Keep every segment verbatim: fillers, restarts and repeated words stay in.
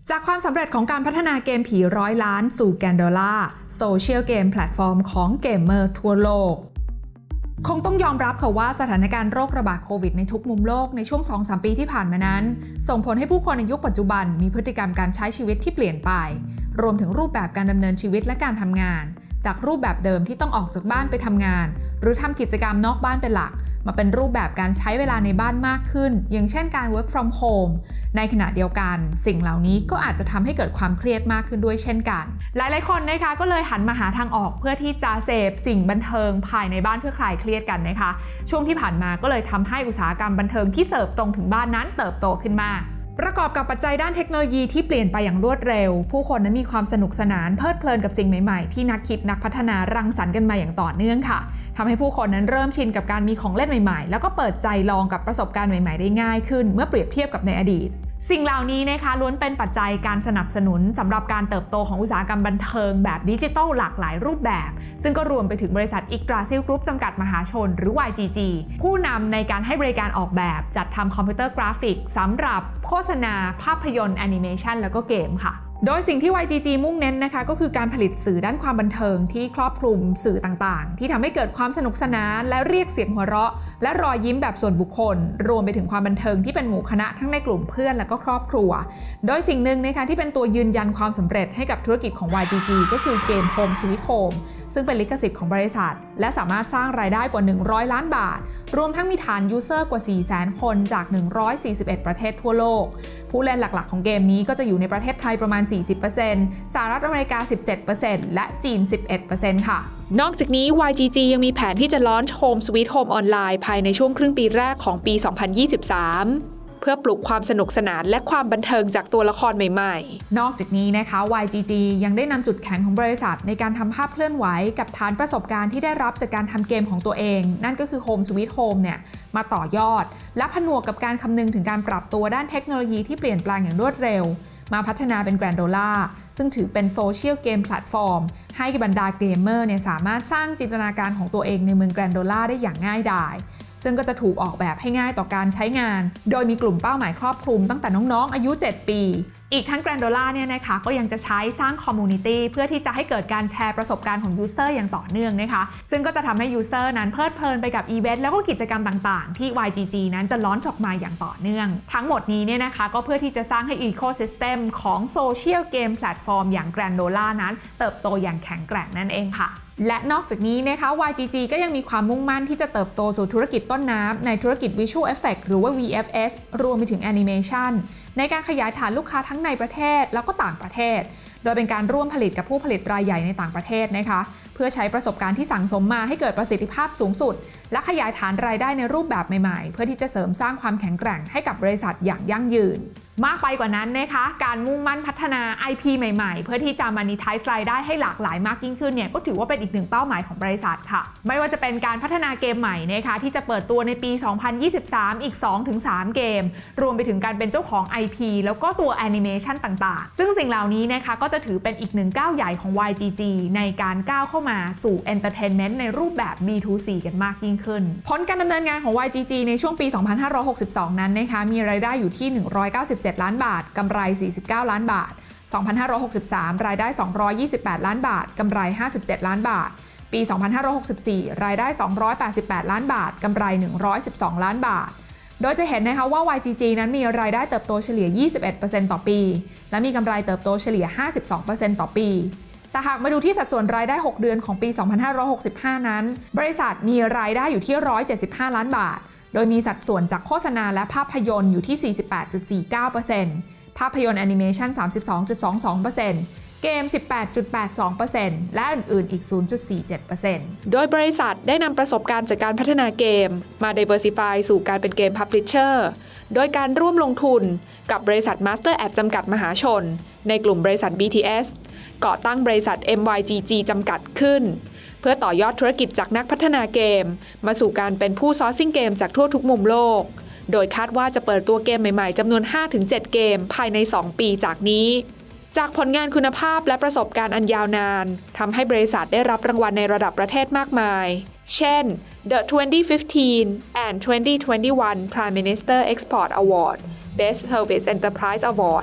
จากความสำเร็จของการพัฒนาเกมผีร้อยล้านสู่ Grandola โซเชียลเกมแพลตฟอร์มของเกมเมอร์ทั่วโลกคงต้องยอมรับค่ะว่าสถานการณ์โรคระบาดโควิดในทุกมุมโลกในช่วง สองถึงสาม ปีที่ผ่านมานั้นส่งผลให้ผู้คนในยุคปัจจุบันมีพฤติกรรมการใช้ชีวิตที่เปลี่ยนไปรวมถึงรูปแบบการดำเนินชีวิตและการทำงานจากรูปแบบเดิมที่ต้องออกจากบ้านไปทำงานหรือทำกิจกรรมนอกบ้านเป็นหลักมาเป็นรูปแบบการใช้เวลาในบ้านมากขึ้นอย่างเช่นการ work from home ในขณะเดียวกันสิ่งเหล่านี้ก็อาจจะทำให้เกิดความเครียดมากขึ้นด้วยเช่นกันหลายๆคนนะคะก็เลยหันมาหาทางออกเพื่อที่จะเสพสิ่งบันเทิงภายในบ้านเพื่อคลายเครียดกันนะคะช่วงที่ผ่านมาก็เลยทำให้อุตสาหกรรมบันเทิงที่เสิร์ฟตรงถึงบ้านนั้นเติบโตขึ้นมาประกอบกับปัจจัยด้านเทคโนโลยีที่เปลี่ยนไปอย่างรวดเร็วผู้คนนั้นมีความสนุกสนานเพลิดเพลินกับสิ่งใหม่ๆที่นักคิดนักพัฒนารังสรรค์กันมาอย่างต่อเนื่องค่ะทำให้ผู้คนนั้นเริ่มชินกับการมีของเล่นใหม่ๆแล้วก็เปิดใจลองกับประสบการณ์ใหม่ๆได้ง่ายขึ้นเมื่อเปรียบเทียบกับในอดีตสิ่งเหล่านี้นะคะล้วนเป็นปัจจัยการสนับสนุนสำหรับการเติบโตของอุตสาหกรรมบันเทิงแบบดิจิทัลหลากหลายรูปแบบซึ่งก็รวมไปถึงบริษัท Yggdrasil Group จำกัดมหาชนหรือ วาย จี จี ผู้นำในการให้บริการออกแบบจัดทำคอมพิวเตอร์กราฟิกสำหรับโฆษณาภาพยนตร์แอนิเมชันแล้วก็เกมค่ะโดยสิ่งที่ วาย จี จี มุ่งเน้นนะคะก็คือการผลิตสื่อด้านความบันเทิงที่ครอบคลุมสื่อต่างๆที่ทำให้เกิดความสนุกสนานและเรียกเสียงหัวเราะและรอยยิ้มแบบส่วนบุคคลรวมไปถึงความบันเทิงที่เป็นหมู่คณะทั้งในกลุ่มเพื่อนและก็ครอบครัวโดยสิ่งหนึ่งนะคะที่เป็นตัวยืนยันความสำเร็จให้กับธุรกิจของ วาย จี จี ก็คือเกม Home Sweet Home ซึ่งเป็นลิขสิทธิ์ของบริษัทและสามารถสร้างรายได้กว่าหนึ่งร้อยล้านบาทรวมทั้งมีฐานยูเซอร์กว่า สี่แสน คนจากหนึ่งร้อยสี่สิบเอ็ดประเทศทั่วโลกผู้เล่นหลักๆของเกมนี้ก็จะอยู่ในประเทศไทยประมาณ สี่สิบเปอร์เซ็นต์ สหรัฐอเมริกา สิบเจ็ดเปอร์เซ็นต์ และจีน สิบเอ็ดเปอร์เซ็นต์ ค่ะนอกจากนี้ วาย จี จี ยังมีแผนที่จะลอนช์ Home Sweet Home ออนไลน์ภายในช่วงครึ่งปีแรกของปี สองพันยี่สิบสามเพื่อปลุกความสนุกสนานและความบันเทิงจากตัวละครใหม่ๆนอกจากนี้นะคะ วาย จี จี ยังได้นำจุดแข็งของบริษัทในการทำภาพเคลื่อนไหวกับฐานประสบการณ์ที่ได้รับจากการทำเกมของตัวเองนั่นก็คือ Home Sweet Home เนี่ยมาต่อยอดและผนวกกับการคำนึงถึงการปรับตัวด้านเทคโนโลยีที่เปลี่ยนแปลงอย่างรวดเร็วมาพัฒนาเป็น Grandola ซึ่งถือเป็นโซเชียลเกมแพลตฟอร์มให้บรรดาเกมเมอร์เนี่ยสามารถสร้างจินตนาการของตัวเองในเมือง Grandola ได้อย่างง่ายดายซึ่งก็จะถูกออกแบบให้ง่ายต่อการใช้งานโดยมีกลุ่มเป้าหมายครอบคลุมตั้งแต่น้องๆอายุเจ็ดปีอีกทั้ง Grandola เนี่ยนะคะก็ยังจะใช้สร้างคอมมูนิตี้เพื่อที่จะให้เกิดการแชร์ประสบการณ์ของยูเซอร์อย่างต่อเนื่องนะคะซึ่งก็จะทำให้ยูเซอร์นั้นเพลิดเพลินไปกับอีเวนต์แล้วก็กิจกรรมต่างๆที่ วาย จี จี นั้นจะลอนช์ออกมาอย่างต่อเนื่องทั้งหมดนี้เนี่ยนะคะก็เพื่อที่จะสร้างให้อีโคซิสเต็มของโซเชียลเกมแพลตฟอร์มอย่าง Grandola นั้นเติบโตอย่างแข็งแกร่งนั่นเองค่ะและนอกจากนี้นะคะ วาย จี จี ก็ยังมีความมุ่งมั่นที่จะเติบโตสู่ธุรกิจต้นน้ำในธุรกิจ Visual Effect หรือว่า วี เอฟ เอส รวมไปถึง Animation ในการขยายฐานลูกค้าทั้งในประเทศแล้วก็ต่างประเทศโดยเป็นการร่วมผลิตกับผู้ผลิตรายใหญ่ในต่างประเทศนะคะเพื่อใช้ประสบการณ์ที่สั่งสมมาให้เกิดประสิทธิภาพสูงสุดและขยายฐานรายได้ในรูปแบบใหม่ๆเพื่อที่จะเสริมสร้างความแข็งแกร่งให้กับบริษัทอย่างยั่งยืนมากไปกว่านั้นนะคะการมุ่งมั่นพัฒนา ไอ พี ใหม่ๆเพื่อที่จะ monetize รายได้ให้หลากหลายมากยิ่งขึ้นเนี่ยก็ถือว่าเป็นอีกหนึ่งเป้าหมายของบริษัทค่ะไม่ว่าจะเป็นการพัฒนาเกมใหม่นะคะที่จะเปิดตัวในปี สองพันยี่สิบสาม อีก สองถึงสาม เกมรวมไปถึงการเป็นเจ้าของ ไอ พี แล้วก็ตัวแอนิเมชันต่างๆซึ่งสิ่งเหล่านี้นะคะก็จะถือเป็นอีกหนึ่งก้าวใหญ่ของ วาย จี จี ในการก้าวเข้ามาสู่ entertainment ในรูปแบบ บี ทู ซี กันมากยิ่งขึ้นผลการดำเนินงานของ วาย จี จี ในช่วงปี สองพันห้าร้อยหกสิบสอง นั้นนะคะมีรายได้อยู่ที่หนึ่งร้อยเก้าสิบเจ็ดล้านบาทกำไรสี่สิบเก้าล้านบาท สองพันห้าร้อยหกสิบสาม รายได้สองร้อยยี่สิบแปดล้านบาทกำไรห้าสิบเจ็ดล้านบาทปี สองพันห้าร้อยหกสิบสี่ รายได้สองร้อยแปดสิบแปดล้านบาทกำไรหนึ่งร้อยสิบสองล้านบาทโดยจะเห็นนะคะว่า วาย จี จี นั้นมีรายได้เติบโตเฉลี่ย ยี่สิบเอ็ดเปอร์เซ็นต์ ต่อปีและมีกำไรเติบโตเฉลี่ย ห้าสิบสองเปอร์เซ็นต์ ต่อปีแต่หากมาดูที่สัดส่วนรายได้หกเดือนของปี สองพันห้าร้อยหกสิบห้า นั้นบริษัทมีรายได้อยู่ที่หนึ่งร้อยเจ็ดสิบห้าล้านบาทโดยมีสัดส่วนจากโฆษณาและภาพยนตร์อยู่ที่ สี่สิบแปดจุดสี่เก้าเปอร์เซ็นต์ ภาพยนตร์แอนิเมชัน สามสิบสองจุดสองสองเปอร์เซ็นต์ เกม สิบแปดจุดแปดสองเปอร์เซ็นต์ และอื่นๆอีก ศูนย์จุดสี่เจ็ดเปอร์เซ็นต์โดยบริษัทได้นำประสบการณ์จากการพัฒนาเกมมา diversify สู่การเป็นเกม publisher โดยการร่วมลงทุนกับบริษัท Master Ad จำกัดมหาชนในกลุ่มบริษัท บี ที เอส ก่อตั้งบริษัท เอ็ม วาย จี จี จำกัดขึ้นเพื่อต่อยอดธุรกิจจากนักพัฒนาเกมมาสู่การเป็นผู้ซอร์ซิ่งเกมจากทั่วทุกมุมโลกโดยคาดว่าจะเปิดตัวเกมใหม่ๆจำนวน ห้าถึงเจ็ด เกมภายในสองปีจากนี้จากผลงานคุณภาพและประสบการณ์อันยาวนานทำให้บริษัทได้รับรางวัลในระดับประเทศมากมายเช่น The ทเวนตี้ฟิฟทีน and ทเวนตี้ทเวนตี้วัน Prime Minister Export Award Best Service Enterprise Award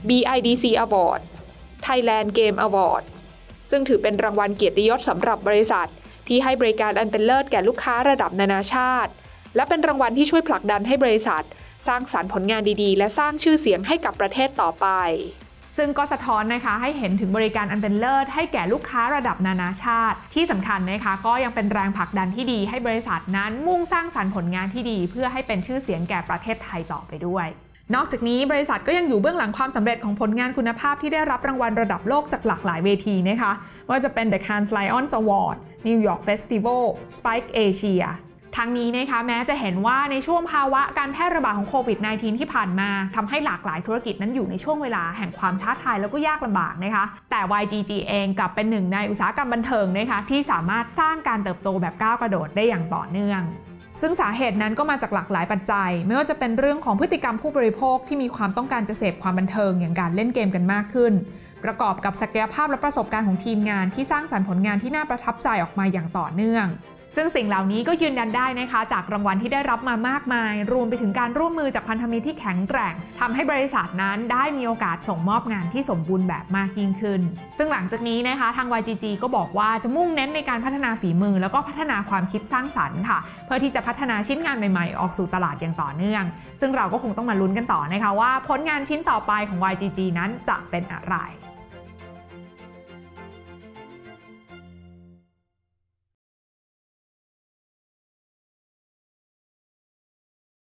บี ไอ ดี ซี Awards Thailand Game Awards ซึ่งถือเป็นรางวัลเกียรติยศสำหรับบริษัทที่ให้บริการอันเป็นเลิศแก่ลูกค้าระดับนานาชาติและเป็นรางวัลที่ช่วยผลักดันให้บริษัทสร้างสรรค์ผลงานดีๆและสร้างชื่อเสียงให้กับประเทศต่อไปซึ่งก็สะท้อนนะคะให้เห็นถึงบริการอันเป็นเลิศให้แก่ลูกค้าระดับนานาชาติที่สำคัญนะคะก็ยังเป็นแรงผลักดันที่ดีให้บริษัทนั้นมุ่งสร้างสรรค์ผลงานที่ดีเพื่อให้เป็นชื่อเสียงแก่ประเทศไทยต่อไปด้วยนอกจากนี้บริษัทก็ยังอยู่เบื้องหลังความสำเร็จของผลงานคุณภาพที่ได้รับรางวัลระดับโลกจากหลากหลายเวทีนะคะว่าจะเป็น The Cannes Lions Award New York Festival Spike Asia ทั้งนี้นะคะแม้จะเห็นว่าในช่วงภาวะการแพร่ระบาดของโควิด สิบเก้า ที่ผ่านมาทำให้หลากหลายธุรกิจนั้นอยู่ในช่วงเวลาแห่งความท้าทายแล้วก็ยากลำบากนะคะแต่ วาย จี จี เองกลับเป็นหนึ่งในอุตสาหกรรมบันเทิงนะคะที่สามารถสร้างการเติบโตแบบก้าวกระโดดได้อย่างต่อเนื่องซึ่งสาเหตุนั้นก็มาจากหลากหลายปัจจัยไม่ว่าจะเป็นเรื่องของพฤติกรรมผู้บริโภคที่มีความต้องการจะเสพความบันเทิงอย่างการเล่นเกมกันมากขึ้นประกอบกับศักยภาพและประสบการณ์ของทีมงานที่สร้างสรรค์ผลงานที่น่าประทับใจออกมาอย่างต่อเนื่องซึ่งสิ่งเหล่านี้ก็ยืนยันได้นะคะจากรางวัลที่ได้รับมามากมายรวมไปถึงการร่วมมือจากพันธมิตรที่แข็งแกร่งทำให้บริษัทนั้นได้มีโอกาสส่งมอบงานที่สมบูรณ์แบบมากยิ่งขึ้นซึ่งหลังจากนี้นะคะทาง วาย จี จี ก็บอกว่าจะมุ่งเน้นในการพัฒนาฝีมือแล้วก็พัฒนาความคิดสร้างสรรค์ค่ะเพื่อที่จะพัฒนาชิ้นงานใหม่ๆออกสู่ตลาดอย่างต่อเนื่องซึ่งเราก็คงต้องมาลุ้นกันต่อนะคะว่าผลงานชิ้นต่อไปของ วาย จี จี นั้นจะเป็นอะไร